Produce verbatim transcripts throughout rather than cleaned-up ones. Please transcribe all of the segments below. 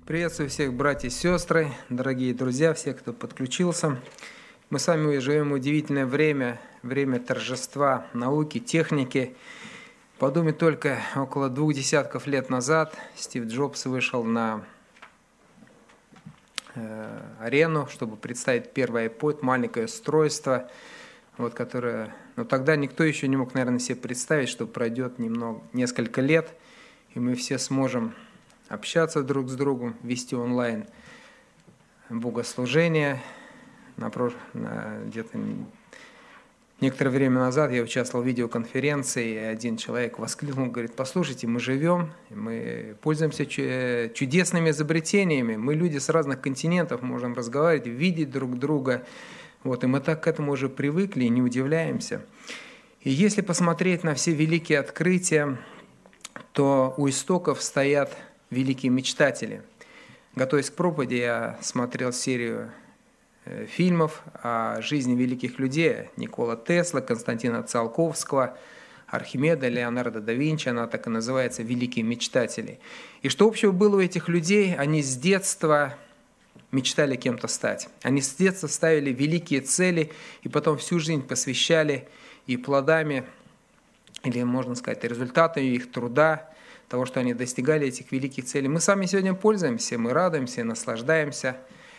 Приветствую всех, братья и сестры, дорогие друзья, всех, кто подключился. Мы с вами живем в удивительное время, время торжества науки, техники. Подумай только, около двух десятков лет назад Стив Джобс вышел на э, арену, чтобы представить первый iPod, маленькое устройство, вот, которое... Но тогда никто еще не мог, наверное, себе представить, что пройдет немного, несколько лет, и мы все сможем общаться друг с другом, вести онлайн богослужение. На, на, где-то некоторое время назад я участвовал в видеоконференции, и один человек воскликнул, говорит: послушайте, мы живем, мы пользуемся чудесными изобретениями, мы люди с разных континентов, можем разговаривать, видеть друг друга, вот, и мы так к этому уже привыкли и не удивляемся. И если посмотреть на все великие открытия, то у истоков стоят великие мечтатели. Готовясь к проповеди, я смотрел серию фильмов о жизни великих людей: Никола Тесла, Константина Циолковского, Архимеда, Леонардо да Винчи. Она так и называется — «Великие мечтатели». И что общего было у этих людей? Они с детства мечтали кем-то стать. Они с детства ставили великие цели и потом всю жизнь посвящали и плодами, или, можно сказать, результатами их труда, того, что они достигали этих великих целей. Мы сами сегодня пользуемся, мы радуемся, наслаждаемся.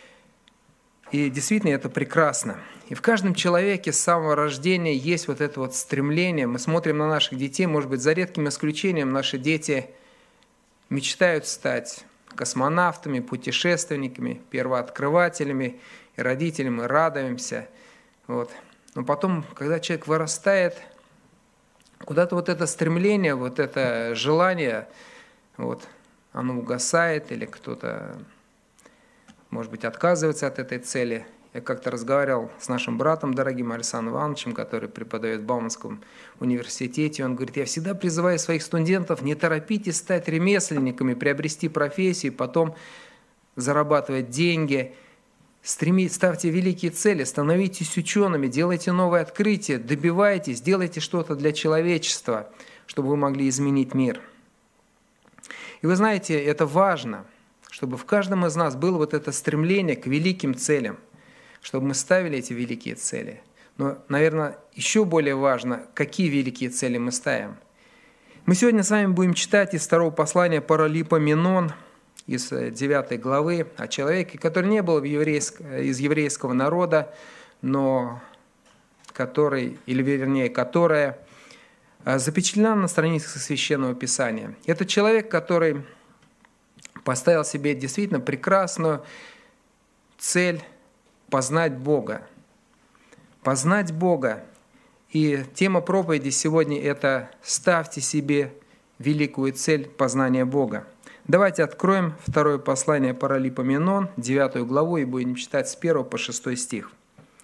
И действительно это прекрасно. И в каждом человеке с самого рождения есть вот это вот стремление. Мы смотрим на наших детей, может быть, за редким исключением, наши дети мечтают стать космонавтами, путешественниками, первооткрывателями, и родителям мы радуемся. Вот. Но потом, когда человек вырастает, куда-то вот это стремление, вот это желание, вот, оно угасает, или кто-то, может быть, отказывается от этой цели. Я как-то разговаривал с нашим братом дорогим Александром Ивановичем, который преподает в Бауманском университете. Он говорит: я всегда призываю своих студентов: не торопитесь стать ремесленниками, приобрести профессию, потом зарабатывать деньги. Стремитесь, ставьте великие цели, становитесь учеными, делайте новые открытия, добивайтесь, делайте что-то для человечества, чтобы вы могли изменить мир. И вы знаете, это важно, чтобы в каждом из нас было вот это стремление к великим целям, чтобы мы ставили эти великие цели. Но, наверное, еще более важно, какие великие цели мы ставим. Мы сегодня с вами будем читать из второго послания Паралипоменон, из девятой главы, о человеке, который не был еврейск... из еврейского народа, но который, или вернее, которая запечатлена на страницах Священного Писания. Это человек, который поставил себе действительно прекрасную цель познать Бога. Познать Бога. И тема проповеди сегодня – это «Ставьте себе великую цель познания Бога». Давайте откроем второе послание Паралипоменон, девятую главу, и будем читать с первого по шестой стих.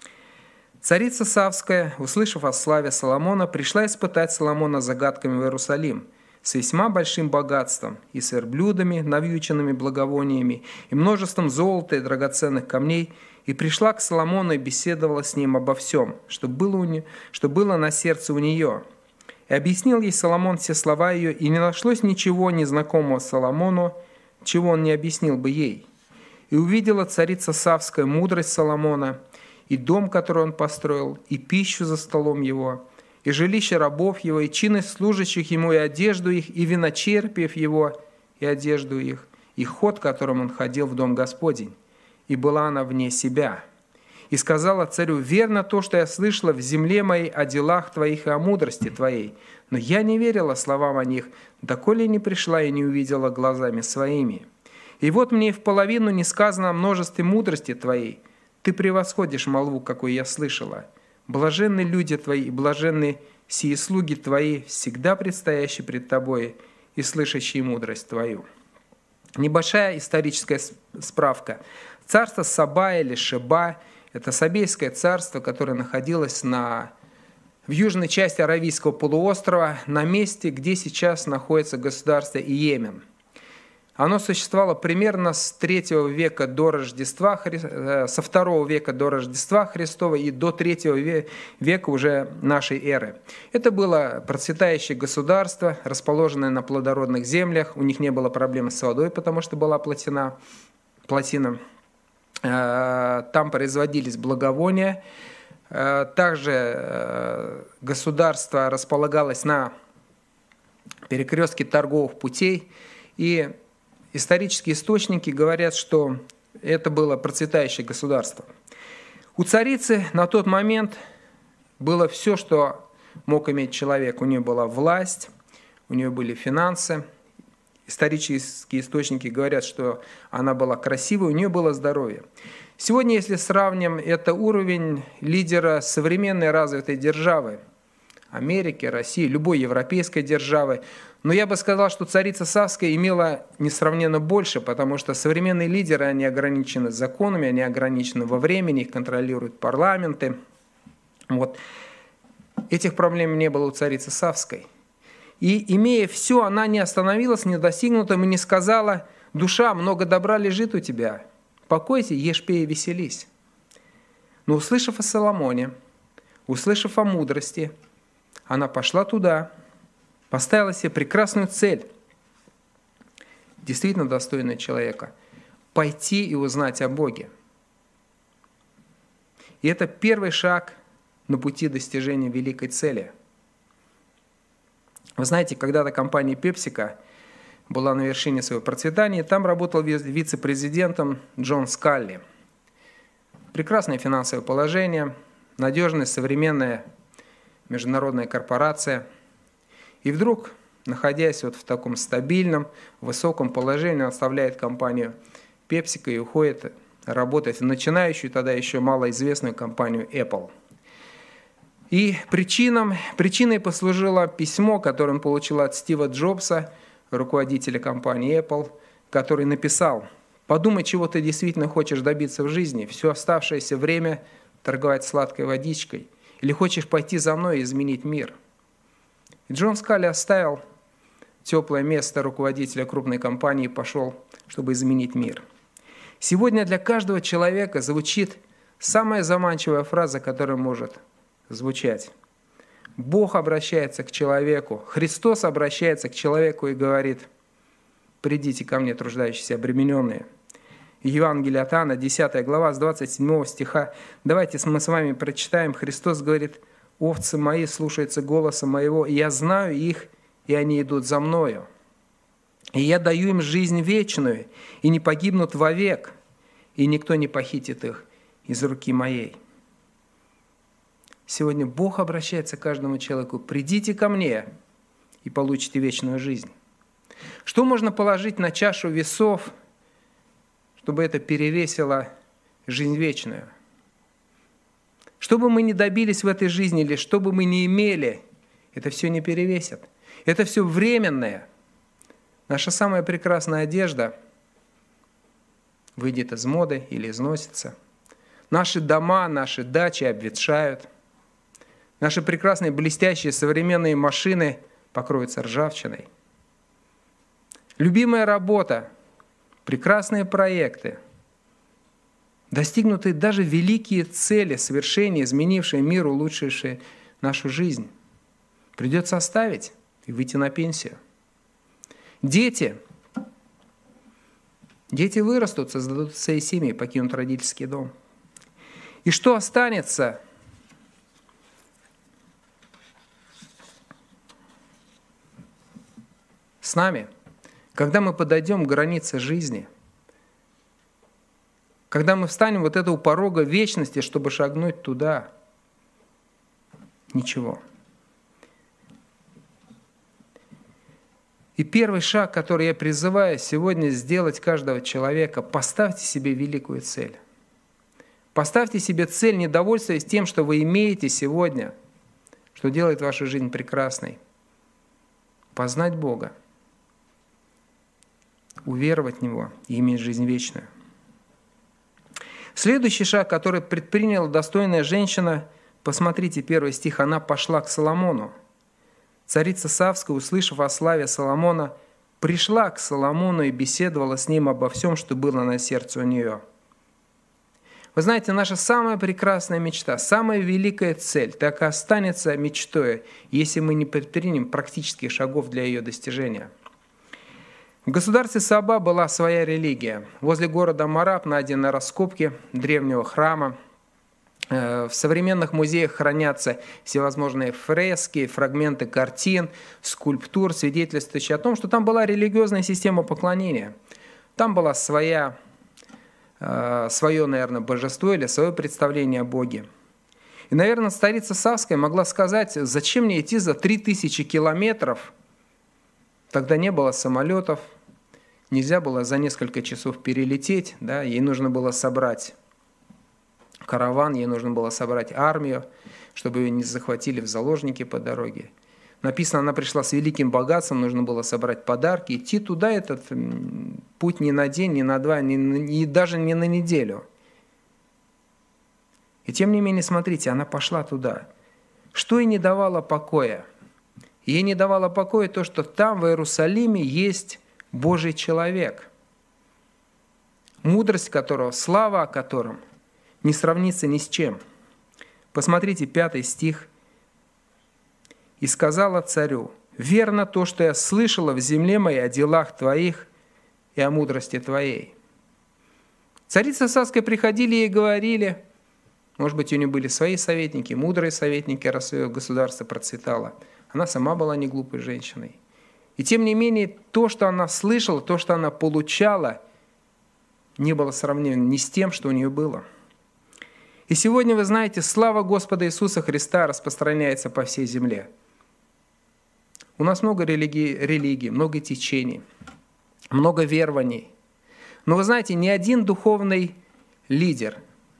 «Царица Савская, услышав о славе Соломона, пришла испытать Соломона загадками в Иерусалим, с весьма большим богатством, и с верблюдами, навьюченными благовониями, и множеством золота и драгоценных камней, и пришла к Соломону и беседовала с ним обо всем, что было, у не... что было на сердце у нее. И объяснил ей Соломон все слова ее, и не нашлось ничего незнакомого Соломону, чего он не объяснил бы ей. И увидела царица Савская мудрость Соломона, и дом, который он построил, и пищу за столом его, и жилище рабов его, и чины служащих ему, и одежду их, и виночерпиев его, и одежду их, и ход, которым он ходил в дом Господень. И была она вне себя. И сказала царю: верно то, что я слышала в земле моей о делах твоих и о мудрости твоей. Но я не верила словам о них, доколе не пришла и не увидела глазами своими. И вот мне и в половину не сказано о множестве мудрости твоей. Ты превосходишь молву, какую я слышала. Блаженны люди твои и блаженны сии слуги твои, всегда предстоящие пред тобой и слышащие мудрость твою». Небольшая историческая справка. Царство Саба или Шеба – это Сабейское царство, которое находилось на, в южной части Аравийского полуострова, на месте, где сейчас находится государство Йемен. Оно существовало примерно с третьего века до Рождества, со второго века до Рождества Христова и до третьего века уже нашей эры. Это было процветающее государство, расположенное на плодородных землях. У них не было проблем с водой, потому что была плотина. плотина. Там производились благовония. Также государство располагалось на перекрестке торговых путей. И исторические источники говорят, что это было процветающее государство. У царицы на тот момент было все, что мог иметь человек. У нее была власть, у нее были финансы. Исторические источники говорят, что она была красивой, у нее было здоровье. Сегодня, если сравним, это уровень лидера современной развитой державы. Америки, России, любой европейской державы. Но я бы сказал, что царица Савская имела несравненно больше, потому что современные лидеры, они ограничены законами, они ограничены во времени, их контролируют парламенты. Вот. Этих проблем не было у царицы Савской. И, имея все, она не остановилась, не достигнутом и не сказала: «Душа, много добра лежит у тебя, покойся, ешь, пей и веселись». Но услышав о Соломоне, услышав о мудрости, она пошла туда, поставила себе прекрасную цель, действительно достойная человека, пойти и узнать о Боге. И это первый шаг на пути достижения великой цели. Вы знаете, когда-то компания PepsiCo была на вершине своего процветания, там работал вице-президентом Джон Скалли. Прекрасное финансовое положение, надежная, современная международная корпорация. И вдруг, находясь вот в таком стабильном, высоком положении, он оставляет компанию PepsiCo и уходит работать в начинающую, тогда еще малоизвестную компанию Apple. И причином, причиной послужило письмо, которое он получил от Стива Джобса, руководителя компании Apple, который написал: «Подумай, чего ты действительно хочешь добиться в жизни, все оставшееся время торговать сладкой водичкой, или хочешь пойти за мной и изменить мир». И Джон Скалли оставил теплое место руководителя крупной компании и пошел, чтобы изменить мир. Сегодня для каждого человека звучит самая заманчивая фраза, которая может звучать. Бог обращается к человеку, Христос обращается к человеку и говорит: «Придите ко мне, труждающиеся, обремененные». Евангелие от Иоанна, десятая глава, с двадцать седьмого стиха. Давайте мы с вами прочитаем. Христос говорит: «Овцы мои слушаются голоса моего, и я знаю их, и они идут за мною. И я даю им жизнь вечную, и не погибнут вовек, и никто не похитит их из руки моей». Сегодня Бог обращается к каждому человеку: «Придите ко мне, и получите вечную жизнь». Что можно положить на чашу весов, чтобы это перевесило жизнь вечную? Что бы мы ни добились в этой жизни, или что бы мы ни имели, это все не перевесит. Это все временное. Наша самая прекрасная одежда выйдет из моды или износится. Наши дома, наши дачи обветшают. Наши прекрасные, блестящие современные машины покроются ржавчиной. Любимая работа, прекрасные проекты, достигнутые даже великие цели, свершения, изменившие мир, улучшившие нашу жизнь, придется оставить и выйти на пенсию. Дети. Дети вырастут, создадут свои семьи, покинут родительский дом. И что останется? С нами, когда мы подойдем к границе жизни, когда мы встанем вот это у порога вечности, чтобы шагнуть туда, ничего. И первый шаг, который я призываю сегодня сделать каждого человека: поставьте себе великую цель. Поставьте себе цель, не довольствуясь тем, что вы имеете сегодня, что делает вашу жизнь прекрасной. Познать Бога, уверовать в Него и иметь жизнь вечную. Следующий шаг, который предприняла достойная женщина, посмотрите, первый стих, она пошла к Соломону. Царица Савская, услышав о славе Соломона, пришла к Соломону и беседовала с ним обо всем, что было на сердце у нее. Вы знаете, наша самая прекрасная мечта, самая великая цель так и останется мечтой, если мы не предпримем практических шагов для ее достижения. В государстве Саба была своя религия. Возле города Мараб найдены раскопки древнего храма. В современных музеях хранятся всевозможные фрески, фрагменты картин, скульптур, свидетельствующие о том, что там была религиозная система поклонения. Там была своя, свое, наверное, божество или свое представление о Боге. И, наверное, царица Савская могла сказать, зачем мне идти за три тысячи километров? Тогда не было самолетов, нельзя было за несколько часов перелететь, да? Ей нужно было собрать караван, ей нужно было собрать армию, чтобы ее не захватили в заложники по дороге. Написано, она пришла с великим богатством, нужно было собрать подарки. Идти туда этот путь не на день, не на два, не, не, даже не на неделю. И тем не менее, смотрите, она пошла туда. Что ей не давало покоя? Ей не давало покоя то, что там, в Иерусалиме, есть Божий человек, мудрость которого, слава о котором не сравнится ни с чем. Посмотрите, пятый стих. «И сказала царю, верно то, что я слышала в земле моей о делах твоих и о мудрости твоей». Царица Савская приходили и говорили, может быть, у нее были свои советники, мудрые советники, раз ее государство процветало. Она сама была не глупой женщиной. И тем не менее, то, что она слышала, то, что она получала, не было сравнено ни с тем, что у нее было. И сегодня, вы знаете, слава Господа Иисуса Христа распространяется по всей земле. У нас много религий, религий, много течений, много верований. Но вы знаете, ни один духовный лидер,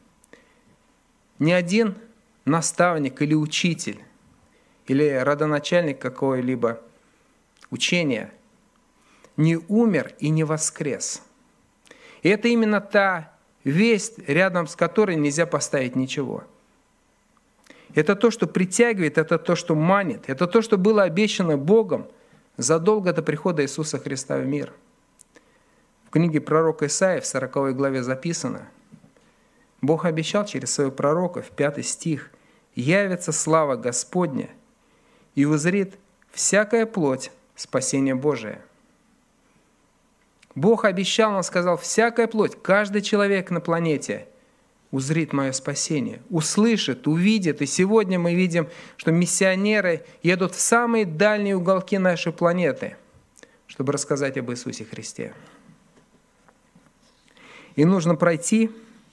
ни один наставник или учитель, или родоначальник какого-либо учения не умер и не воскрес. И это именно та весть, рядом с которой нельзя поставить ничего. Это то, что притягивает, это то, что манит, это то, что было обещано Богом задолго до прихода Иисуса Христа в мир. В книге пророка Исаии в сороковой главе записано, Бог обещал через своего пророка, в пятый стих, «Явится слава Господня, и узрит всякая плоть спасение Божие». Бог обещал, Он сказал, всякая плоть, каждый человек на планете узрит мое спасение, услышит, увидит. И сегодня мы видим, что миссионеры едут в самые дальние уголки нашей планеты, чтобы рассказать об Иисусе Христе. И нужно пройти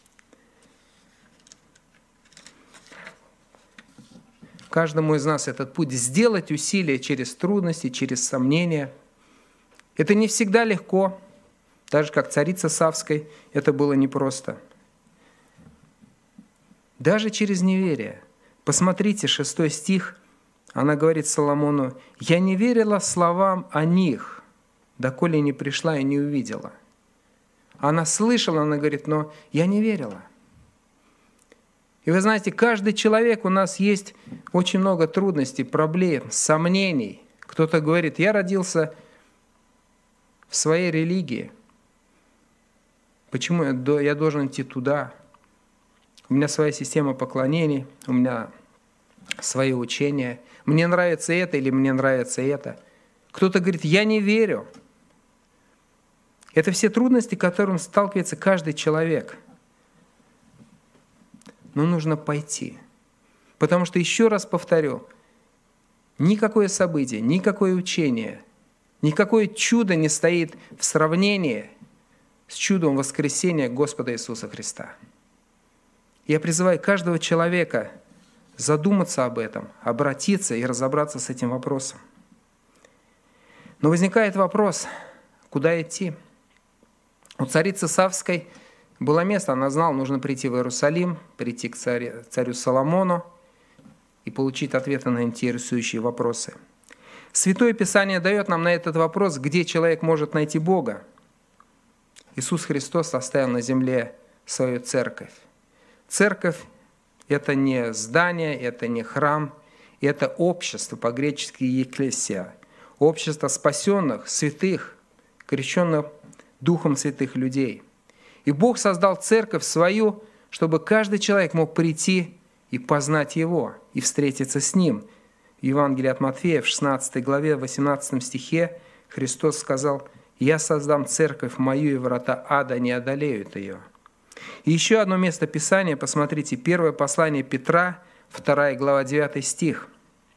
каждому из нас этот путь, сделать усилия через трудности, через сомнения. Это не всегда легко. Так же, как царица Савской, это было непросто. Даже через неверие. Посмотрите, шестой стих, она говорит Соломону, «Я не верила словам о них, доколе не пришла и не увидела». Она слышала, она говорит, но я не верила. И вы знаете, каждый человек, у нас есть очень много трудностей, проблем, сомнений. Кто-то говорит, я родился в своей религии. Почему я должен идти туда? У меня своя система поклонений, у меня свои учения. Мне нравится это или мне нравится это. Кто-то говорит, я не верю. Это все трудности, с которыми сталкивается каждый человек. Но нужно пойти. Потому что, еще раз повторю, никакое событие, никакое учение, никакое чудо не стоит в сравнении с чудом воскресения Господа Иисуса Христа. Я призываю каждого человека задуматься об этом, обратиться и разобраться с этим вопросом. Но возникает вопрос, куда идти? У царицы Савской было место, она знала, нужно прийти в Иерусалим, прийти к царю, царю Соломону и получить ответы на интересующие вопросы. Святое Писание дает нам на этот вопрос, где человек может найти Бога. Иисус Христос оставил на земле свою церковь. Церковь – это не здание, это не храм, это общество, по-гречески «екклесия», общество спасенных, святых, крещенных Духом Святых людей. И Бог создал церковь свою, чтобы каждый человек мог прийти и познать Его, и встретиться с Ним. В Евангелии от Матфея в шестнадцатой главе, восемнадцатом стихе Христос сказал: «Я создам церковь мою, и врата ада не одолеют ее». И еще одно место Писания, посмотрите, первое послание Петра, вторая глава, девятый стих.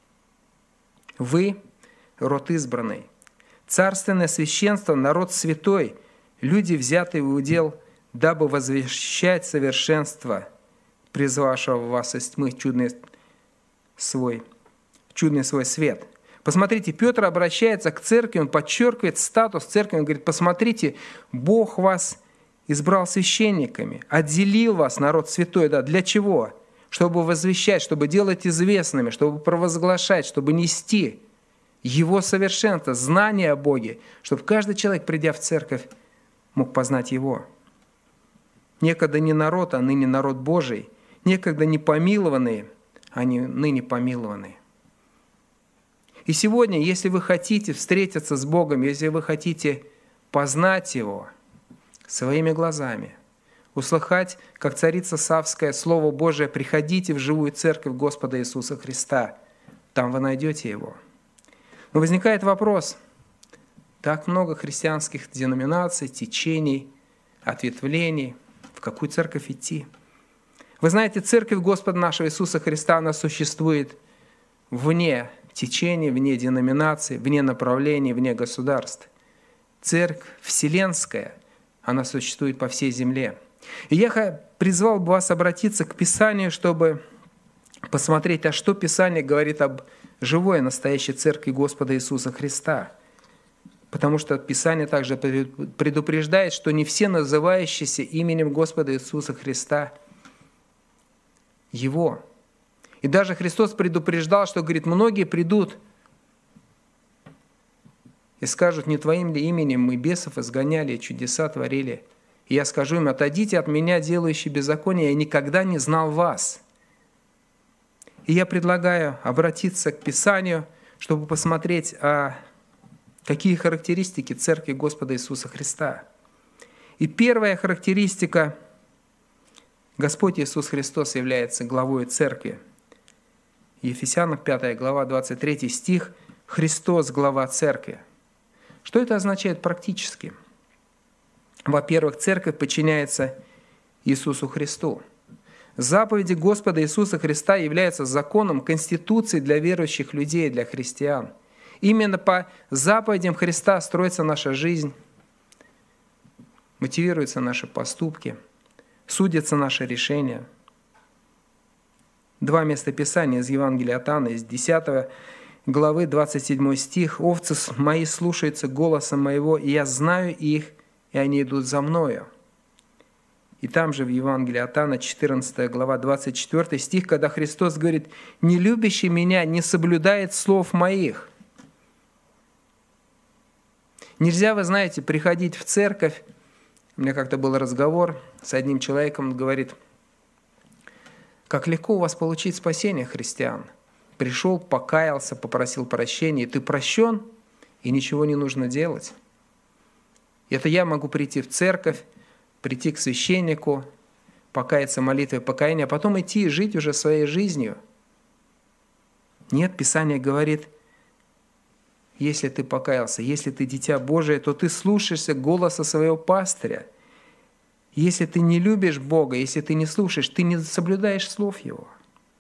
«Вы – род избранный, царственное священство, народ святой, люди, взятые в удел, дабы возвещать совершенство, призвавшего вас из тьмы чудный свой, чудный свой свет». Посмотрите, Петр обращается к церкви, он подчеркивает статус церкви, он говорит: посмотрите, Бог вас избрал священниками, отделил вас, народ святой. Да, для чего? Чтобы возвещать, чтобы делать известными, чтобы провозглашать, чтобы нести Его совершенство, знание о Боге, чтобы каждый человек, придя в церковь, мог познать Его. Некогда не народ, а ныне народ Божий, некогда не помилованные, а ныне помилованные. И сегодня, если вы хотите встретиться с Богом, если вы хотите познать Его своими глазами, услыхать, как царица Савская, Слово Божие: приходите в живую церковь Господа Иисуса Христа, там вы найдете Его. Но возникает вопрос: так много христианских деноминаций, течений, ответвлений, в какую церковь идти? Вы знаете, церковь Господа нашего Иисуса Христа, она существует вне течений, вне деноминаций, вне направлений, вне государств. Церковь вселенская, она существует по всей земле. И я призвал бы вас обратиться к Писанию, чтобы посмотреть, а что Писание говорит об живой, настоящей церкви Господа Иисуса Христа. Потому что Писание также предупреждает, что не все называющиеся именем Господа Иисуса Христа Его. И даже Христос предупреждал, что, говорит, многие придут и скажут: не Твоим ли именем мы бесов изгоняли, чудеса творили? И я скажу им: отойдите от меня, делающие беззаконие, я никогда не знал вас. И я предлагаю обратиться к Писанию, чтобы посмотреть, а какие характеристики церкви Господа Иисуса Христа. И первая характеристика: Господь Иисус Христос является главой церкви. Ефесянам пятая глава, двадцать третий стих: Христос – глава церкви. Что это означает практически? Во-первых, церковь подчиняется Иисусу Христу. Заповеди Господа Иисуса Христа являются законом, конституцией для верующих людей, для христиан. Именно по заповедям Христа строится наша жизнь, мотивируются наши поступки, судятся наши решения. Два места Писания из Евангелия от Иоанна, из десятой главы, двадцать седьмой стих. «Овцы мои слушаются голоса моего, и я знаю их, и они идут за мною». И там же в Евангелии от Иоанна, четырнадцатая глава, двадцать четвёртый стих, когда Христос говорит: «Не любящий меня не соблюдает слов моих». Нельзя, вы знаете, приходить в церковь. У меня как-то был разговор с одним человеком, он говорит: как легко у вас получить спасение, христиан. Пришел, покаялся, попросил прощения, и ты прощен, и ничего не нужно делать. Это я могу прийти в церковь, прийти к священнику, покаяться молитвой покаяния, а потом идти и жить уже своей жизнью. Нет, Писание говорит: если ты покаялся, если ты дитя Божие, то ты слушаешься голоса своего пастыря. Если ты не любишь Бога, если ты не слушаешь, ты не соблюдаешь слов Его.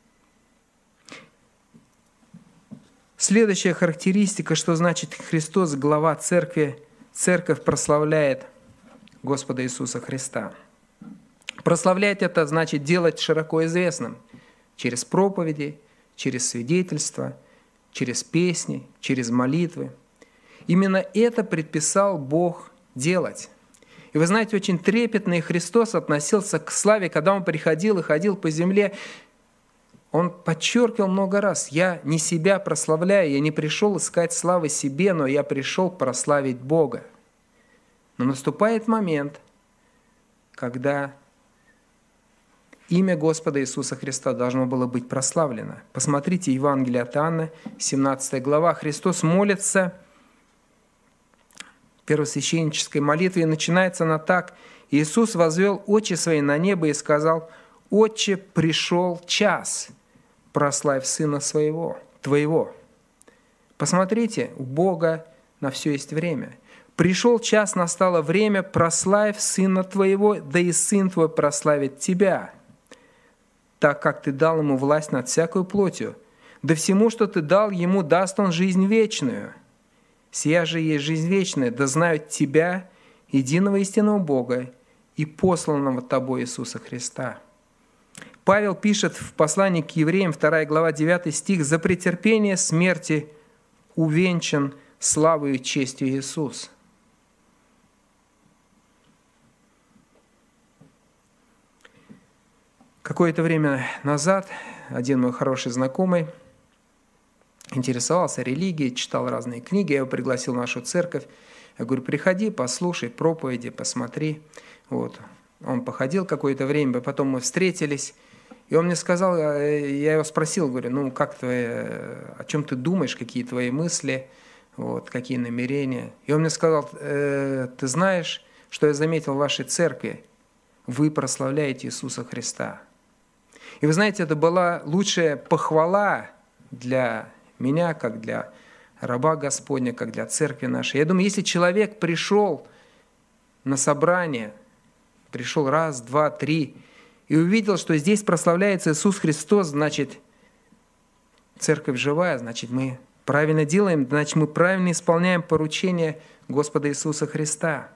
Следующая характеристика, что значит Христос, глава церкви. Церковь прославляет Господа Иисуса Христа. Прославлять это значит делать широко известным через проповеди, через свидетельства, через песни, через молитвы. Именно это предписал Бог делать. И вы знаете, очень трепетно и Христос относился к славе, когда Он приходил и ходил по земле. Он подчеркивал много раз: «Я не себя прославляю, я не пришел искать славы себе, но я пришел прославить Бога». Но наступает момент, когда имя Господа Иисуса Христа должно было быть прославлено. Посмотрите Евангелие от Иоанна, семнадцатая глава. Христос молится первосвященнической молитвы. И начинается она так. «Иисус возвел очи свои на небо и сказал: Отче, пришел час, прославь Сына Своего, Твоего». Посмотрите, у Бога на все есть время. «Пришел час, настало время, прославь Сына Твоего, да и Сын Твой прославит Тебя, так как Ты дал Ему власть над всякою плотью. Да всему, что Ты дал Ему, даст Он жизнь вечную. Сия же есть жизнь вечная, да знают Тебя, единого истинного Бога, и посланного Тобой Иисуса Христа». Павел пишет в послании к евреям, вторая глава, девятый стих: «За претерпение смерти увенчан славою и честью Иисус». Какое-то время назад один мой хороший знакомый интересовался религией, читал разные книги, я его пригласил в нашу церковь. Я говорю: приходи, послушай проповеди, посмотри. Вот. Он походил какое-то время, потом мы встретились, и он мне сказал, я его спросил, говорю: ну как твои, о чем ты думаешь, какие твои мысли, вот, какие намерения? И он мне сказал: э, ты знаешь, что я заметил в вашей церкви? Вы прославляете Иисуса Христа. И вы знаете, это была лучшая похвала для меня, как для раба Господня, как для церкви нашей. Я думаю, если человек пришел на собрание, пришел раз, два, три, и увидел, что здесь прославляется Иисус Христос, значит, церковь живая, значит, мы правильно делаем, значит, мы правильно исполняем поручение Господа Иисуса Христа.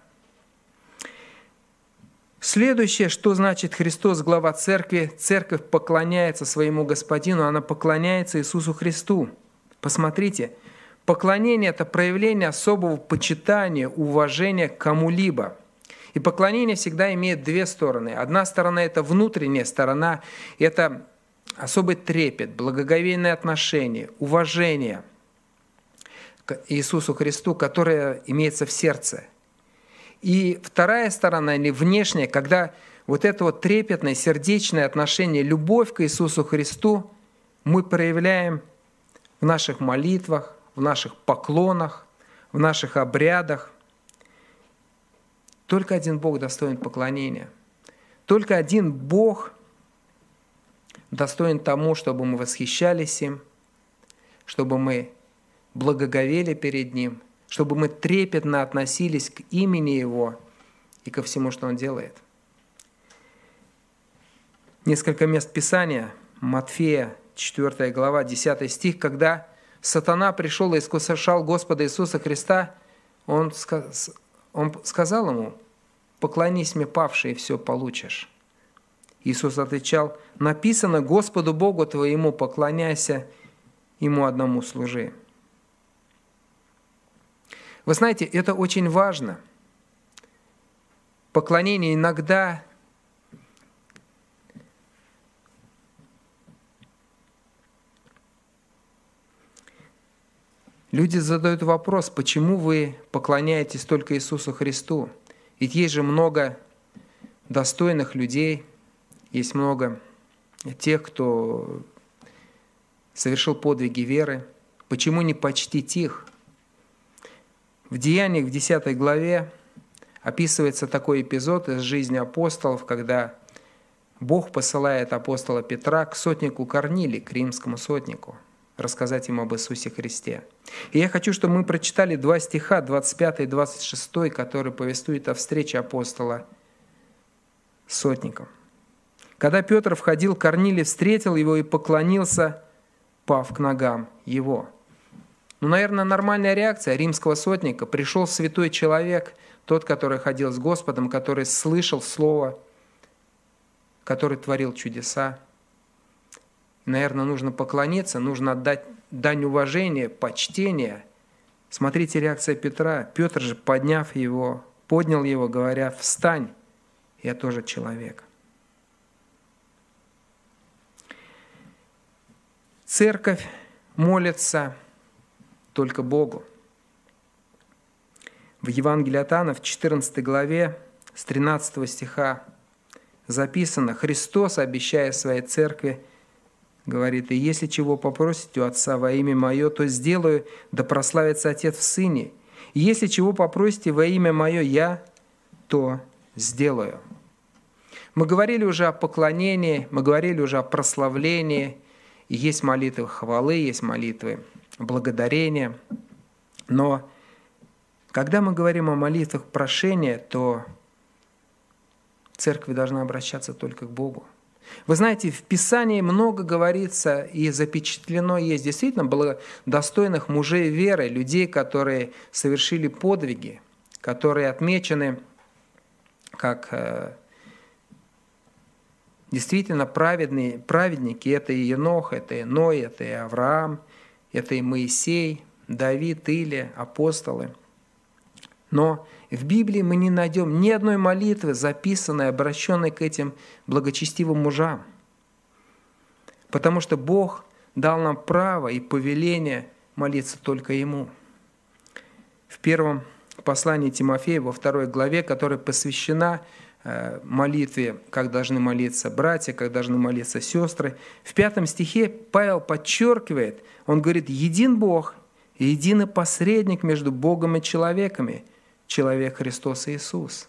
Следующее, что значит Христос, глава церкви. Церковь поклоняется своему Господину, она поклоняется Иисусу Христу. Посмотрите, поклонение – это проявление особого почитания, уважения к кому-либо. И поклонение всегда имеет две стороны. Одна сторона – это внутренняя сторона, это особый трепет, благоговейное отношение, уважение к Иисусу Христу, которое имеется в сердце. И вторая сторона, или внешняя, когда вот это вот трепетное, сердечное отношение, любовь к Иисусу Христу мы проявляем в наших молитвах, в наших поклонах, в наших обрядах. Только один Бог достоин поклонения. Только один Бог достоин тому, чтобы мы восхищались им, чтобы мы благоговели перед Ним, чтобы мы трепетно относились к имени Его и ко всему, что Он делает. Несколько мест Писания. Матфея, четвёртая глава, десятый стих. Когда сатана пришел и искушал Господа Иисуса Христа, Он, он сказал ему: «Поклонись мне, павший, и все получишь». Иисус отвечал: «Написано: Господу Богу твоему поклоняйся, Ему одному служи». Вы знаете, это очень важно. Поклонение иногда люди задают вопрос: почему вы поклоняетесь только Иисусу Христу? Ведь есть же много достойных людей, есть много тех, кто совершил подвиги веры. Почему не почтить их? В Деяниях, в десятой главе, описывается такой эпизод из жизни апостолов, когда Бог посылает апостола Петра к сотнику Корнилию, к римскому сотнику, рассказать ему об Иисусе Христе. И я хочу, чтобы мы прочитали два стиха, двадцать пятый и двадцать шестой, которые повествуют о встрече апостола с сотником. «Когда Петр входил, Корнилий встретил его и поклонился, пав к ногам его». Ну, наверное, нормальная реакция римского сотника. Пришел святой человек, тот, который ходил с Господом, который слышал Слово, который творил чудеса. Наверное, нужно поклониться, нужно отдать дань уважения, почтения. Смотрите, реакция Петра. Петр же, подняв его, поднял его, говоря: «Встань, я тоже человек». Церковь молится только Богу. В Евангелии от Иоанна, в четырнадцатой главе, с тринадцатого стиха записано: «Христос, обещая своей церкви, говорит: и если чего попросите у Отца во имя Мое, то сделаю, да прославится Отец в Сыне. И если чего попросите во имя Мое, Я то сделаю». Мы говорили уже о поклонении, мы говорили уже о прославлении. И есть молитвы хвалы, есть молитвы благодарения. Но когда мы говорим о молитвах прошения, то церковь должна обращаться только к Богу. Вы знаете, в Писании много говорится и запечатлено есть действительно достойных мужей веры, людей, которые совершили подвиги, которые отмечены как действительно праведные, праведники. Это и Енох, это и Ной, это и Авраам, это и Моисей, Давид, Илия, апостолы. Но в Библии мы не найдем ни одной молитвы, записанной, обращенной к этим благочестивым мужам. Потому что Бог дал нам право и повеление молиться только Ему. В первом послании Тимофея, во второй главе, которая посвящена молитве, как должны молиться братья, как должны молиться сестры, в пятом стихе Павел подчеркивает, он говорит: «Един Бог и единый посредник между Богом и человеками, человек Христос Иисус».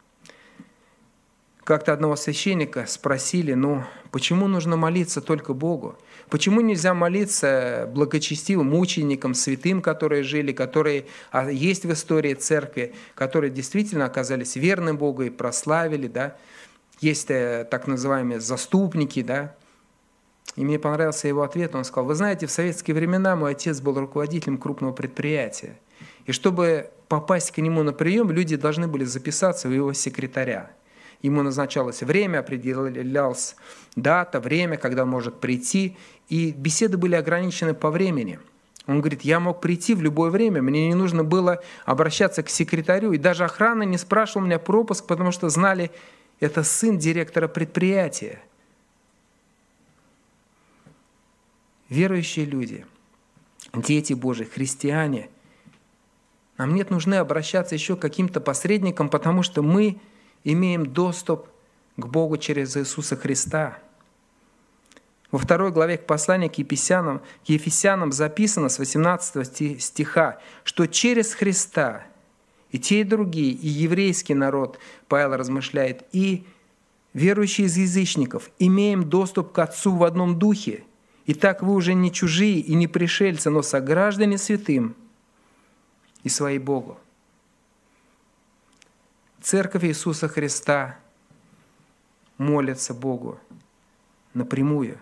Как-то одного священника спросили: ну, почему нужно молиться только Богу? Почему нельзя молиться благочестивым мученикам, святым, которые жили, которые есть в истории церкви, которые действительно оказались верны Богу и прославили, да? Есть так называемые заступники, да? И мне понравился его ответ. Он сказал: вы знаете, в советские времена мой отец был руководителем крупного предприятия. И чтобы попасть к нему на прием, люди должны были записаться у его секретаря. Ему назначалось время, определялась дата, время, когда он может прийти. И беседы были ограничены по времени. Он говорит: я мог прийти в любое время, мне не нужно было обращаться к секретарю. И даже охрана не спрашивала меня пропуск, потому что знали, это сын директора предприятия. Верующие люди, дети Божьи, христиане, нам нет нужды обращаться еще к каким-то посредникам, потому что мы имеем доступ к Богу через Иисуса Христа. Во второй главе послания к Ефесянам, к Ефесянам записано с восемнадцатого стиха, что через Христа и те, и другие, и еврейский народ, Павел размышляет, и верующие из язычников, имеем доступ к Отцу в одном духе. Итак, вы уже не чужие и не пришельцы, но сограждане святым и свои Богу. Церковь Иисуса Христа молится Богу напрямую.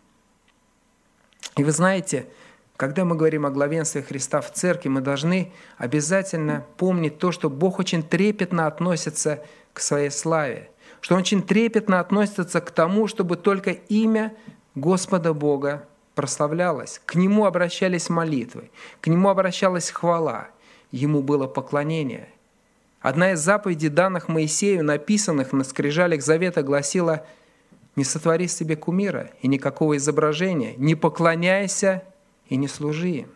И вы знаете, когда мы говорим о главенстве Христа в церкви, мы должны обязательно помнить то, что Бог очень трепетно относится к своей славе, что Он очень трепетно относится к тому, чтобы только имя Господа Бога прославлялось. К Нему обращались молитвы, к Нему обращалась хвала, Ему было поклонение. Одна из заповедей, данных Моисею, написанных на скрижалях завета, гласила: «Не сотвори себе кумира и никакого изображения, не поклоняйся и не служи им».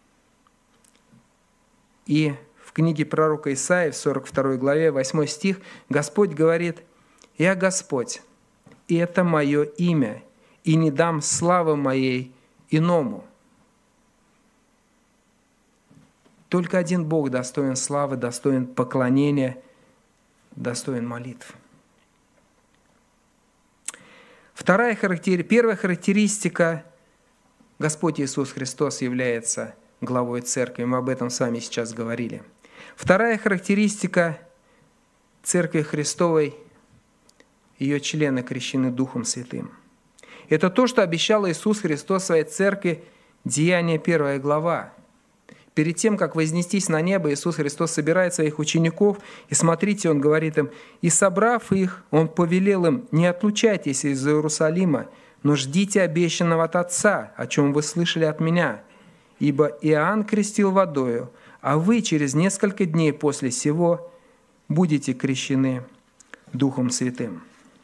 И в книге пророка Исаии, в сорок второй главе, восьмой стих, Господь говорит: «Я Господь, и это мое имя, и не дам славы моей иному». Только один Бог достоин славы, достоин поклонения, достоин молитв. Вторая характеристика, первая характеристика: Господь Иисус Христос является главой церкви. Мы об этом с вами сейчас говорили. Вторая характеристика церкви Христовой: ее члены крещены Духом Святым. Это то, что обещал Иисус Христос своей церкви, Деяния первая глава. Перед тем, как вознестись на небо, Иисус Христос собирает своих учеников, и смотрите, Он говорит им: «И собрав их, Он повелел им: не отлучайтесь из Иерусалима, но ждите обещанного от Отца, о чем вы слышали от Меня. Ибо Иоанн крестил водою, а вы через несколько дней после сего будете крещены Духом Святым».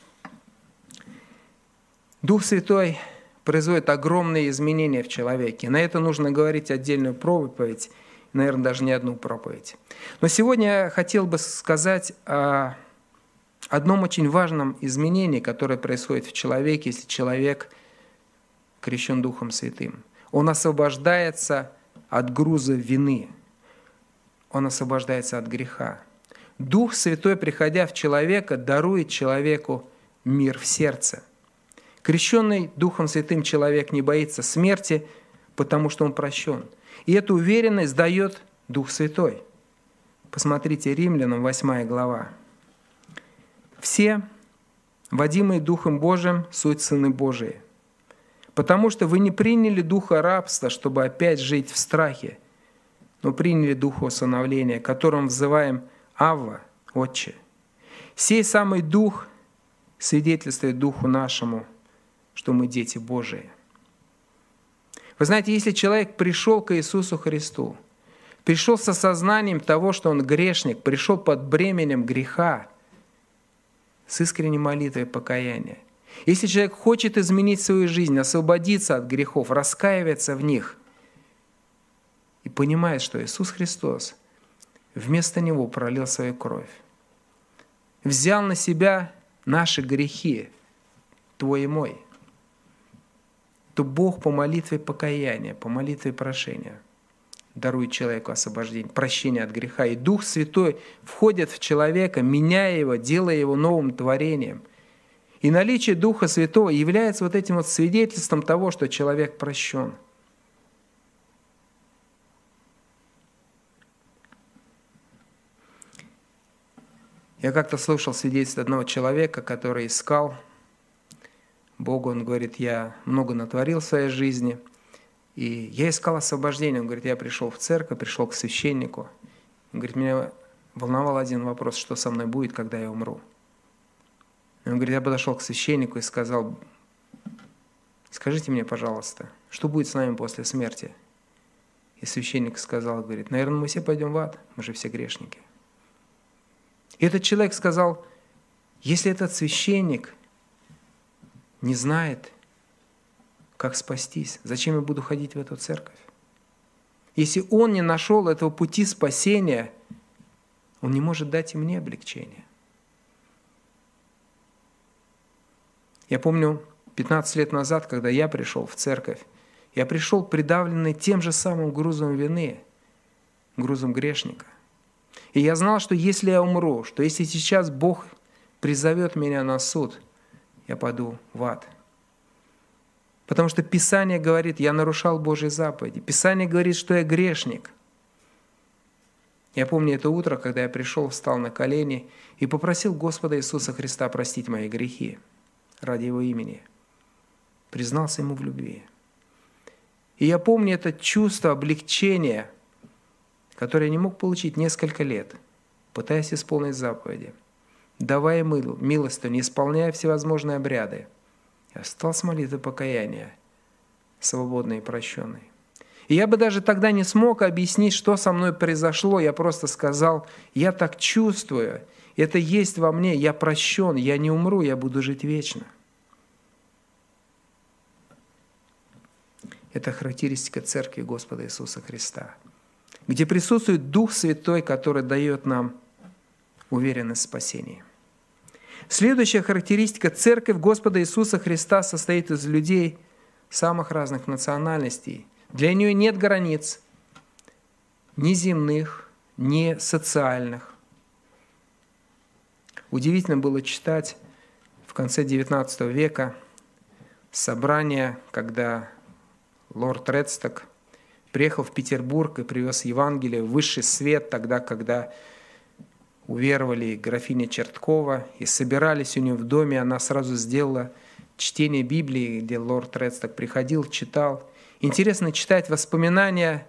Дух Святой производит огромные изменения в человеке. На это нужно говорить отдельную проповедь, наверное, даже не одну проповедь. Но сегодня я хотел бы сказать о одном очень важном изменении, которое происходит в человеке, если человек крещен Духом Святым. Он освобождается от груза вины. он освобождается от греха. Дух Святой, приходя в человека, дарует человеку мир в сердце. Крещенный Духом Святым человек не боится смерти, потому что он прощен. И эту уверенность дает Дух Святой. Посмотрите, Римлянам восьмая глава. «Все, водимые Духом Божиим, суть сыны Божии. Потому что вы не приняли духа рабства, чтобы опять жить в страхе, но приняли духа усыновления, которым взываем Авва, Отче. Сей самый Дух свидетельствует Духу нашему, что мы дети Божии». Вы знаете, если человек пришел к Иисусу Христу, пришел с осознанием того, что он грешник, пришел под бременем греха, с искренней молитвой покаяния. Если человек хочет изменить свою жизнь, освободиться от грехов, раскаиваться в них и понимает, что Иисус Христос вместо него пролил свою кровь, взял на себя наши грехи, твой и мой, то Бог по молитве покаяния, по молитве прошения дарует человеку освобождение, прощение от греха. И Дух Святой входит в человека, меняя его, делая его новым творением. И наличие Духа Святого является вот этим вот свидетельством того, что человек прощен. Я как-то слушал свидетельство одного человека, который искал Бога. Он говорит, я много натворил в своей жизни, и я искал освобождения. Он говорит, я пришел в церковь, пришел к священнику. Он говорит, меня волновал один вопрос, что со мной будет, когда я умру. Он говорит, я подошел к священнику и сказал, скажите мне, пожалуйста, что будет с нами после смерти? И священник сказал, говорит, наверное, мы все пойдем в ад, мы же все грешники. И этот человек сказал, если этот священник не знает, как спастись, зачем я буду ходить в эту церковь? Если он не нашел этого пути спасения, он не может дать и мне облегчение. Я помню, пятнадцать лет назад, когда я пришел в церковь, я пришел придавленный тем же самым грузом вины, грузом грешника. И я знал, что если я умру, что если сейчас Бог призовет меня на суд, я пойду в ад. Потому что Писание говорит, я нарушал Божьи заповеди. Писание говорит, что я грешник. Я помню это утро, когда я пришел, встал на колени и попросил Господа Иисуса Христа простить мои грехи ради Его имени. Признался Ему в любви. И я помню это чувство облегчения, которое я не мог получить несколько лет, пытаясь исполнить заповеди, давая милостыню, исполняя всевозможные обряды. Я встал с молитвы покаяния, свободный и прощенный. И я бы даже тогда не смог объяснить, что со мной произошло. Я просто сказал, я так чувствую, это есть во мне, я прощен, я не умру, я буду жить вечно. Это характеристика Церкви Господа Иисуса Христа, где присутствует Дух Святой, который дает нам уверенность в спасении. Следующая характеристика Церковь Господа Иисуса Христа состоит из людей самых разных национальностей. Для нее нет границ, ни земных, ни социальных. Удивительно было читать в конце девятнадцатого века собрание, когда лорд Редсток приехал в Петербург и привез Евангелие в высший свет, тогда, когда уверовали графиня Черткова и собирались у нее в доме. Она сразу сделала чтение Библии, где лорд Редсток приходил, читал. Интересно читать воспоминания,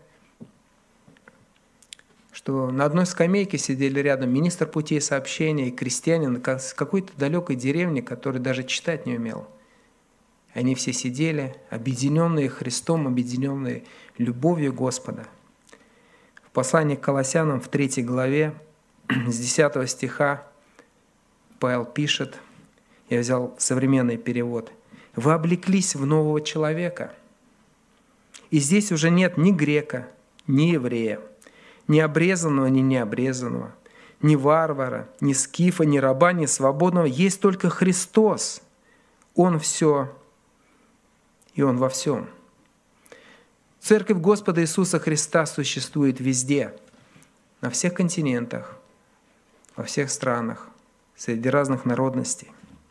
что на одной скамейке сидели рядом министр путей сообщения и крестьянин с какой-то далекой деревни, который даже читать не умел. Они все сидели, объединенные Христом, объединенные любовью Господа. В послании к Колоссянам в третьей главе с десятого стиха Павел пишет, я взял современный перевод, «Вы облеклись в нового человека». И здесь уже нет ни грека, ни еврея, ни обрезанного, ни необрезанного, ни варвара, ни скифа, ни раба, ни свободного. Есть только Христос. Он все, и Он во всем. Церковь Господа Иисуса Христа существует везде. на всех континентах, во всех странах, среди разных народностей.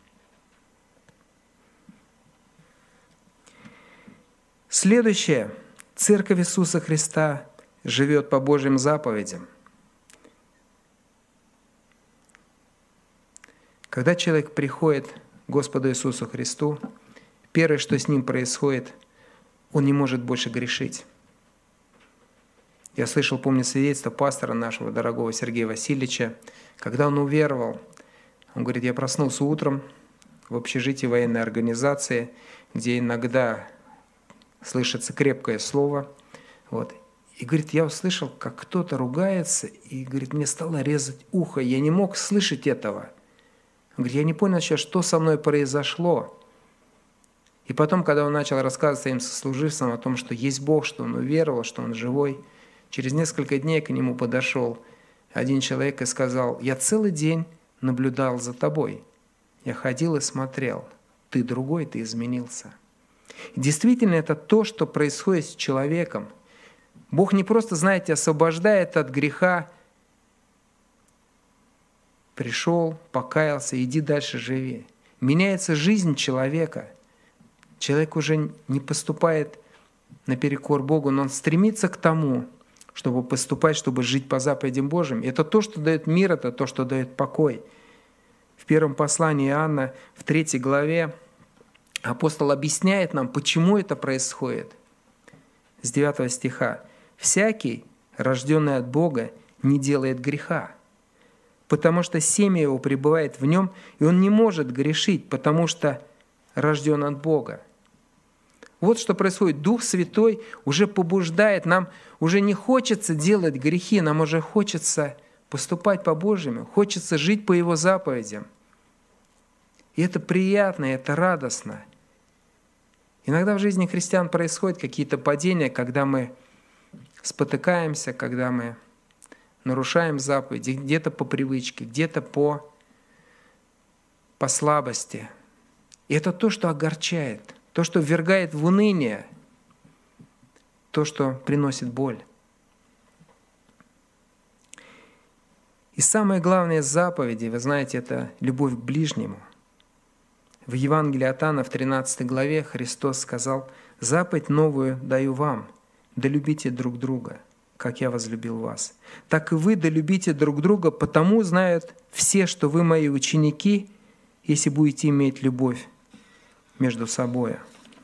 Следующее. Церковь Иисуса Христа живет по Божьим заповедям. Когда человек приходит к Господу Иисусу Христу, первое, что с ним происходит, он не может больше грешить. Я слышал, помню, свидетельство пастора нашего, дорогого Сергея Васильевича, когда он уверовал. Он говорит, я проснулся утром в общежитии военной организации, где иногда слышится крепкое слово. Вот. И говорит, я услышал, как кто-то ругается, и говорит, мне стало резать ухо. Я не мог слышать этого. Он говорит, я не понял сейчас, что со мной произошло. И потом, когда он начал рассказывать своим сослуживцам о том, что есть Бог, что он уверовал, что он живой, через несколько дней к нему подошел один человек и сказал, я целый день наблюдал за тобой. Я ходил и смотрел. Ты другой, ты изменился. И действительно, это то, что происходит с человеком. Бог не просто, знаете, освобождает от греха, пришел, покаялся, иди дальше живи. Меняется жизнь человека. Человек уже не поступает наперекор Богу, но он стремится к тому, чтобы поступать, чтобы жить по заповедям Божьим. И это то, что дает мир, это то, что дает покой. В первом послании Иоанна, в третьей главе, апостол объясняет нам, почему это происходит. С девятого стиха. «Всякий, рожденный от Бога, не делает греха, потому что семя его пребывает в нем, и он не может грешить, потому что рожден от Бога». Вот что происходит. Дух Святой уже побуждает, нам уже не хочется делать грехи, нам уже хочется поступать по-божьему, хочется жить по Его заповедям. И это приятно, и это радостно. Иногда в жизни христиан происходят какие-то падения, когда мы спотыкаемся, когда мы нарушаем заповеди, где-то по привычке, где-то по, по слабости. И это то, что огорчает, то, что ввергает в уныние, то, что приносит боль. И самое главное заповеди, вы знаете, это любовь к ближнему. В Евангелии от Иоанна в тринадцатой главе Христос сказал: «Заповедь новую даю вам, да любите друг друга, как я возлюбил вас. Так и вы да любите друг друга, потому знают все, что вы мои ученики, если будете иметь любовь между собой».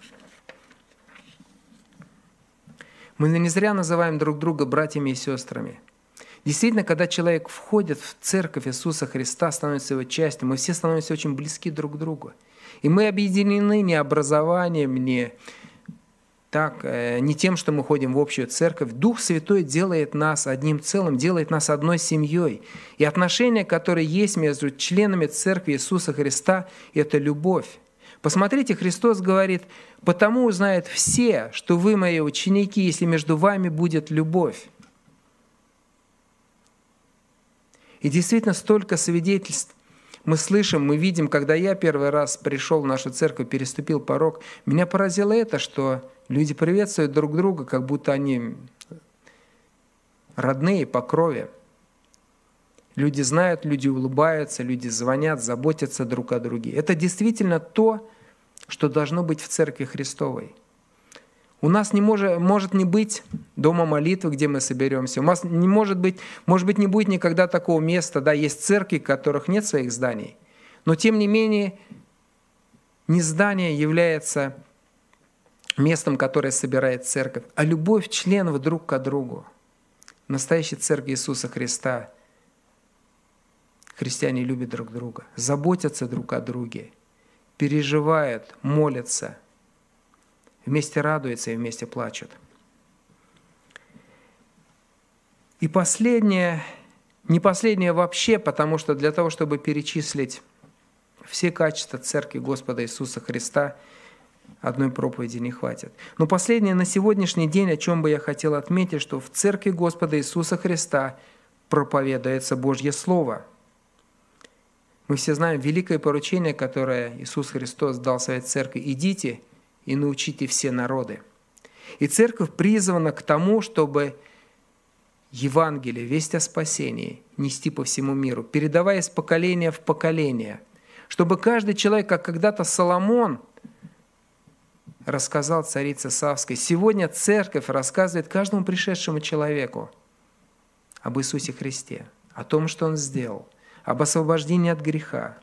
Мы не зря называем друг друга братьями и сестрами. Действительно, когда человек входит в церковь Иисуса Христа, становится его частью, мы все становимся очень близки друг к другу. И мы объединены не образованием, не, так, не тем, что мы ходим в общую церковь. Дух Святой делает нас одним целым, делает нас одной семьей. И отношения, которые есть между членами церкви Иисуса Христа, это любовь. Посмотрите, Христос говорит: «Потому узнают все, что вы мои ученики, если между вами будет любовь». И действительно, столько свидетельств мы слышим, мы видим. Когда я первый раз пришел в нашу церковь, переступил порог, меня поразило это, что люди приветствуют друг друга, как будто они родные по крови. Люди знают, люди улыбаются, люди звонят, заботятся друг о друге. Это действительно то, что должно быть в Церкви Христовой. У нас не может, может не быть дома молитвы, где мы соберемся. У нас не может быть, может быть, не будет никогда такого места. Да, есть церкви, в которых нет своих зданий. Но тем не менее, не здание является местом, которое собирает церковь, а любовь членов друг к другу. В настоящей церкви Иисуса Христа христиане любят друг друга, заботятся друг о друге, переживают, молятся, вместе радуются и вместе плачут. И последнее, не последнее вообще, потому что для того, чтобы перечислить все качества Церкви Господа Иисуса Христа, одной проповеди не хватит. Но последнее на сегодняшний день, о чем бы я хотел отметить, что в Церкви Господа Иисуса Христа проповедуется Божье Слово. Мы все знаем великое поручение, которое Иисус Христос дал своей церкви: «Идите и научите все народы». И церковь призвана к тому, чтобы Евангелие, весть о спасении нести по всему миру, передавая из поколения в поколение, чтобы каждый человек, как когда-то Соломон рассказал царице Савской, сегодня церковь рассказывает каждому пришедшему человеку об Иисусе Христе, о том, что Он сделал, об освобождении от греха,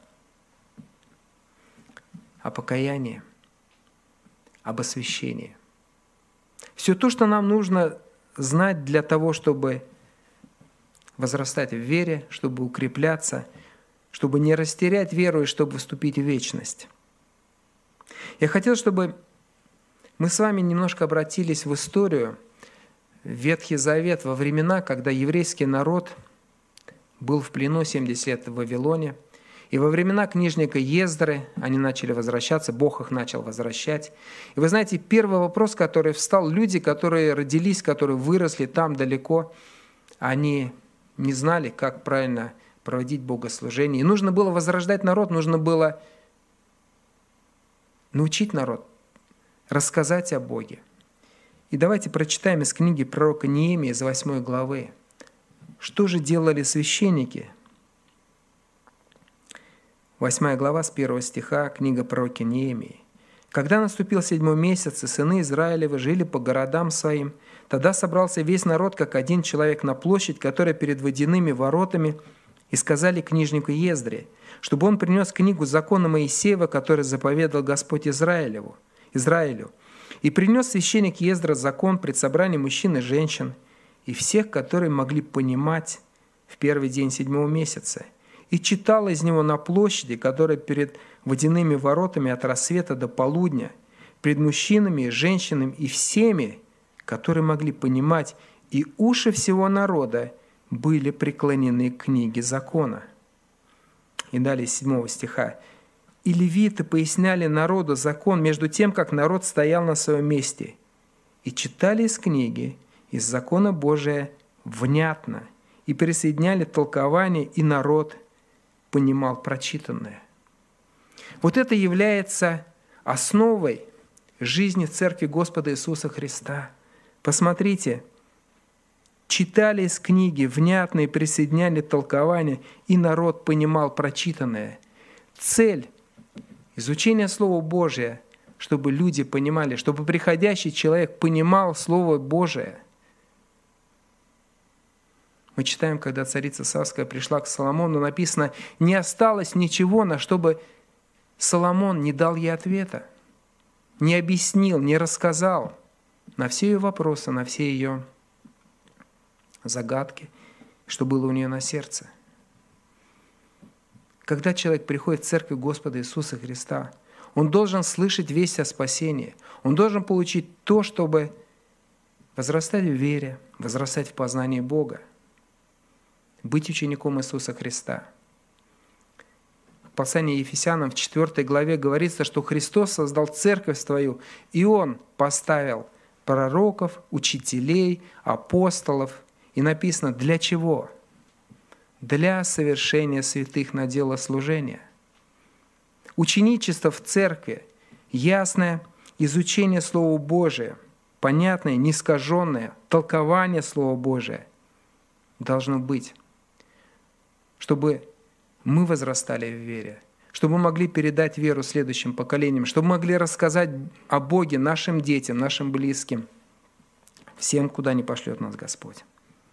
о покаянии, об освящении. Все то, что нам нужно знать для того, чтобы возрастать в вере, чтобы укрепляться, чтобы не растерять веру и чтобы вступить в вечность. Я хотел, чтобы мы с вами немножко обратились в историю, в Ветхий Завет, во времена, когда еврейский народ был в плену семьдесят лет в Вавилоне, и во времена книжника Ездры они начали возвращаться, Бог их начал возвращать. И вы знаете, первый вопрос, который встал, люди, которые родились, которые выросли там далеко, они не знали, как правильно проводить богослужение. И нужно было возрождать народ, нужно было научить народ, рассказать о Боге. И давайте прочитаем из книги пророка Неемии из восьмой главы. Что же делали священники? Восьмая глава с первого стиха, книга пророка Неемии. «Когда наступил седьмой месяц, и сыны Израилевы жили по городам своим, тогда собрался весь народ, как один человек, на площадь, которая перед водяными воротами, и сказали книжнику Ездре, чтобы он принес книгу закона Моисеева, который заповедал Господь Израилеву, Израилю. И принес священник Ездра закон пред собранием мужчин и женщин, и всех, которые могли понимать в первый день седьмого месяца, и читал из него на площади, которая перед водяными воротами от рассвета до полудня, пред мужчинами и женщинами и всеми, которые могли понимать, и уши всего народа были преклонены к книге закона». И далее с седьмого стиха. «И левиты поясняли народу закон между тем, как народ стоял на своем месте, и читали из книги, из закона Божия внятно, и присоединяли толкование, и народ понимал прочитанное». Вот это является основой жизни Церкви Господа Иисуса Христа. Посмотрите, читали из книги внятно и присоединяли толкование, и народ понимал прочитанное. Цель изучения Слова Божия, чтобы люди понимали, чтобы приходящий человек понимал Слово Божие. Мы читаем, когда царица Савская пришла к Соломону, написано, не осталось ничего, на что бы Соломон не дал ей ответа, не объяснил, не рассказал на все ее вопросы, на все ее загадки, что было у нее на сердце. Когда человек приходит в Церковь Господа Иисуса Христа, он должен слышать весть о спасении, он должен получить то, чтобы возрастать в вере, возрастать в познании Бога, быть учеником Иисуса Христа. В послании Ефесянам в четвёртой главе говорится, что Христос создал церковь свою, и Он поставил пророков, учителей, апостолов. И написано, для чего? Для совершения святых на дело служения. Ученичество в церкви, ясное изучение Слова Божия, понятное, неискаженное толкование Слова Божия должно быть, чтобы мы возрастали в вере, чтобы мы могли передать веру следующим поколениям, чтобы мы могли рассказать о Боге нашим детям, нашим близким, всем, куда ни пошлет нас Господь.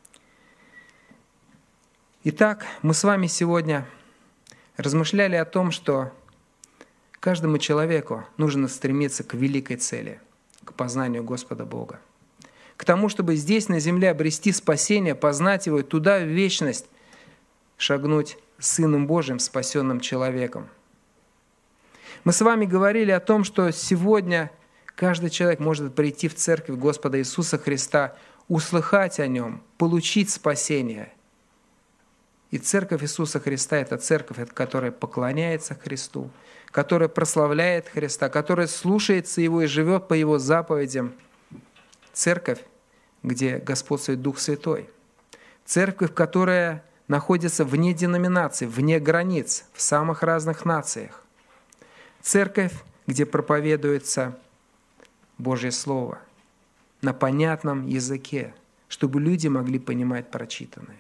Итак, мы с вами сегодня размышляли о том, что каждому человеку нужно стремиться к великой цели, к познанию Господа Бога, к тому, чтобы здесь на земле обрести спасение, познать Его и туда в вечность шагнуть Сыном Божьим, спасенным человеком. Мы с вами говорили о том, что сегодня каждый человек может прийти в Церковь Господа Иисуса Христа, услыхать о Нем, получить спасение. И Церковь Иисуса Христа – это церковь, которая поклоняется Христу, которая прославляет Христа, которая слушается Его и живет по Его заповедям. Церковь, где господствует Дух Святой. Церковь, которая находится вне деноминаций, вне границ, в самых разных нациях. Церковь, где проповедуется Божье Слово на понятном языке, чтобы люди могли понимать прочитанное.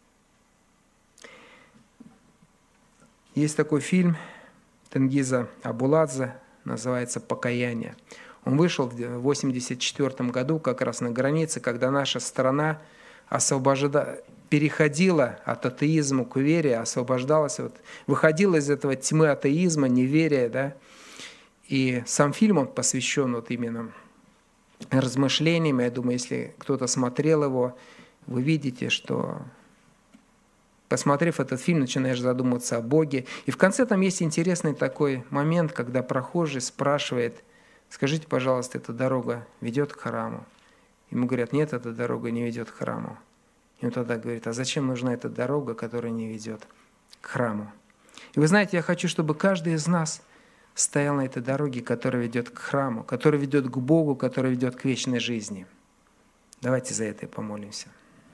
Есть такой фильм Тенгиза Абуладзе, называется «Покаяние». Он вышел в восемьдесят четвёртом году, как раз на границе, когда наша страна освобожда... переходила от атеизма к вере, освобождалась, вот, выходила из этого тьмы атеизма, неверия, да. И сам фильм, он посвящен вот именно размышлениям. Я думаю, если кто-то смотрел его, вы видите, что, посмотрев этот фильм, начинаешь задумываться о Боге. И в конце там есть интересный такой момент, когда прохожий спрашивает: скажите, пожалуйста, эта дорога ведет к храму? Ему говорят: нет, эта дорога не ведет к храму. И он тогда говорит: а зачем нужна эта дорога, которая не ведет к храму? И вы знаете, я хочу, чтобы каждый из нас стоял на этой дороге, которая ведет к храму, которая ведет к Богу, которая ведет к вечной жизни. Давайте за это и помолимся.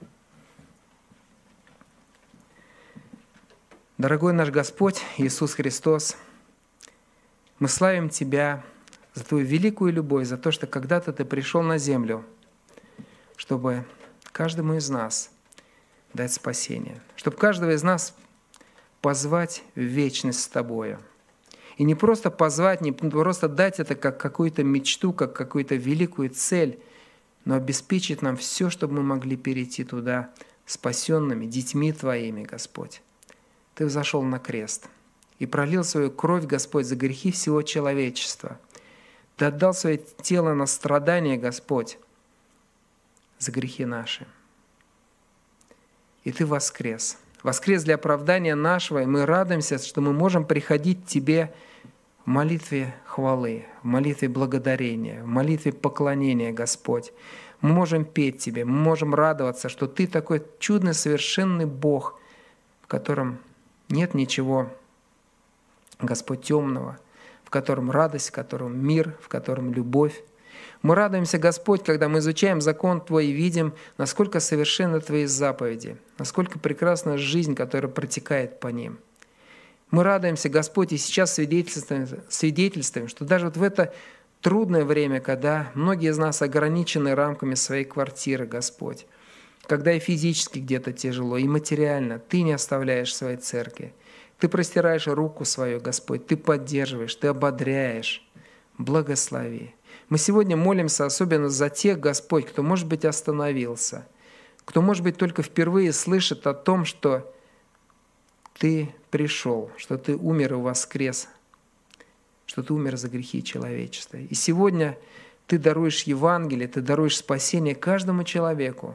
Дорогой наш Господь Иисус Христос, мы славим Тебя за Твою великую любовь, за то, что когда-то Ты пришел на землю, чтобы каждому из нас дать спасение, чтобы каждого из нас позвать в вечность с Тобою. И не просто позвать, не просто дать это как какую-то мечту, как какую-то великую цель, но обеспечить нам все, чтобы мы могли перейти туда спасенными, детьми Твоими, Господь. Ты взошел на крест и пролил свою кровь, Господь, за грехи всего человечества. Ты отдал свое тело на страдания, Господь, за грехи наши. И Ты воскрес. Воскрес для оправдания нашего, и мы радуемся, что мы можем приходить к Тебе в молитве хвалы, в молитве благодарения, в молитве поклонения, Господь. Мы можем петь Тебе, мы можем радоваться, что Ты такой чудный, совершенный Бог, в котором нет ничего, Господь, темного, в котором радость, в котором мир, в котором любовь. Мы радуемся, Господь, когда мы изучаем закон Твой и видим, насколько совершенны Твои заповеди, насколько прекрасна жизнь, которая протекает по ним. Мы радуемся, Господь, и сейчас свидетельствуем, свидетельствуем, что даже вот в это трудное время, когда многие из нас ограничены рамками своей квартиры, Господь, когда и физически где-то тяжело, и материально, Ты не оставляешь своей церкви. Ты простираешь руку свою, Господь, Ты поддерживаешь, Ты ободряешь. Благослови. Мы сегодня молимся особенно за тех, Господь, кто, может быть, остановился, кто, может быть, только впервые слышит о том, что Ты пришел, что Ты умер и воскрес, что Ты умер за грехи человечества. И сегодня Ты даруешь Евангелие, Ты даруешь спасение каждому человеку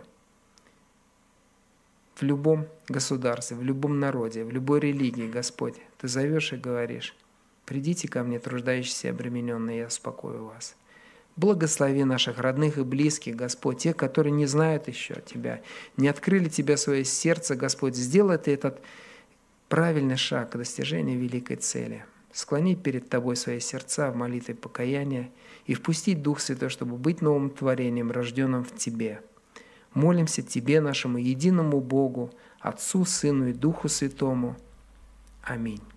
в любом государстве, в любом народе, в любой религии, Господь. Ты зовешь и говоришь: придите ко мне, труждающиеся и обремененные, я успокою вас. Благослови наших родных и близких, Господь, тех, которые не знают еще Тебя, не открыли Тебе свое сердце, Господь. Сделай Ты этот правильный шаг к достижению великой цели. Склони перед Тобой свои сердца в молитве покаяния и впусти Дух Святой, чтобы быть новым творением, рожденным в Тебе. Молимся Тебе, нашему единому Богу, Отцу, Сыну и Духу Святому. Аминь.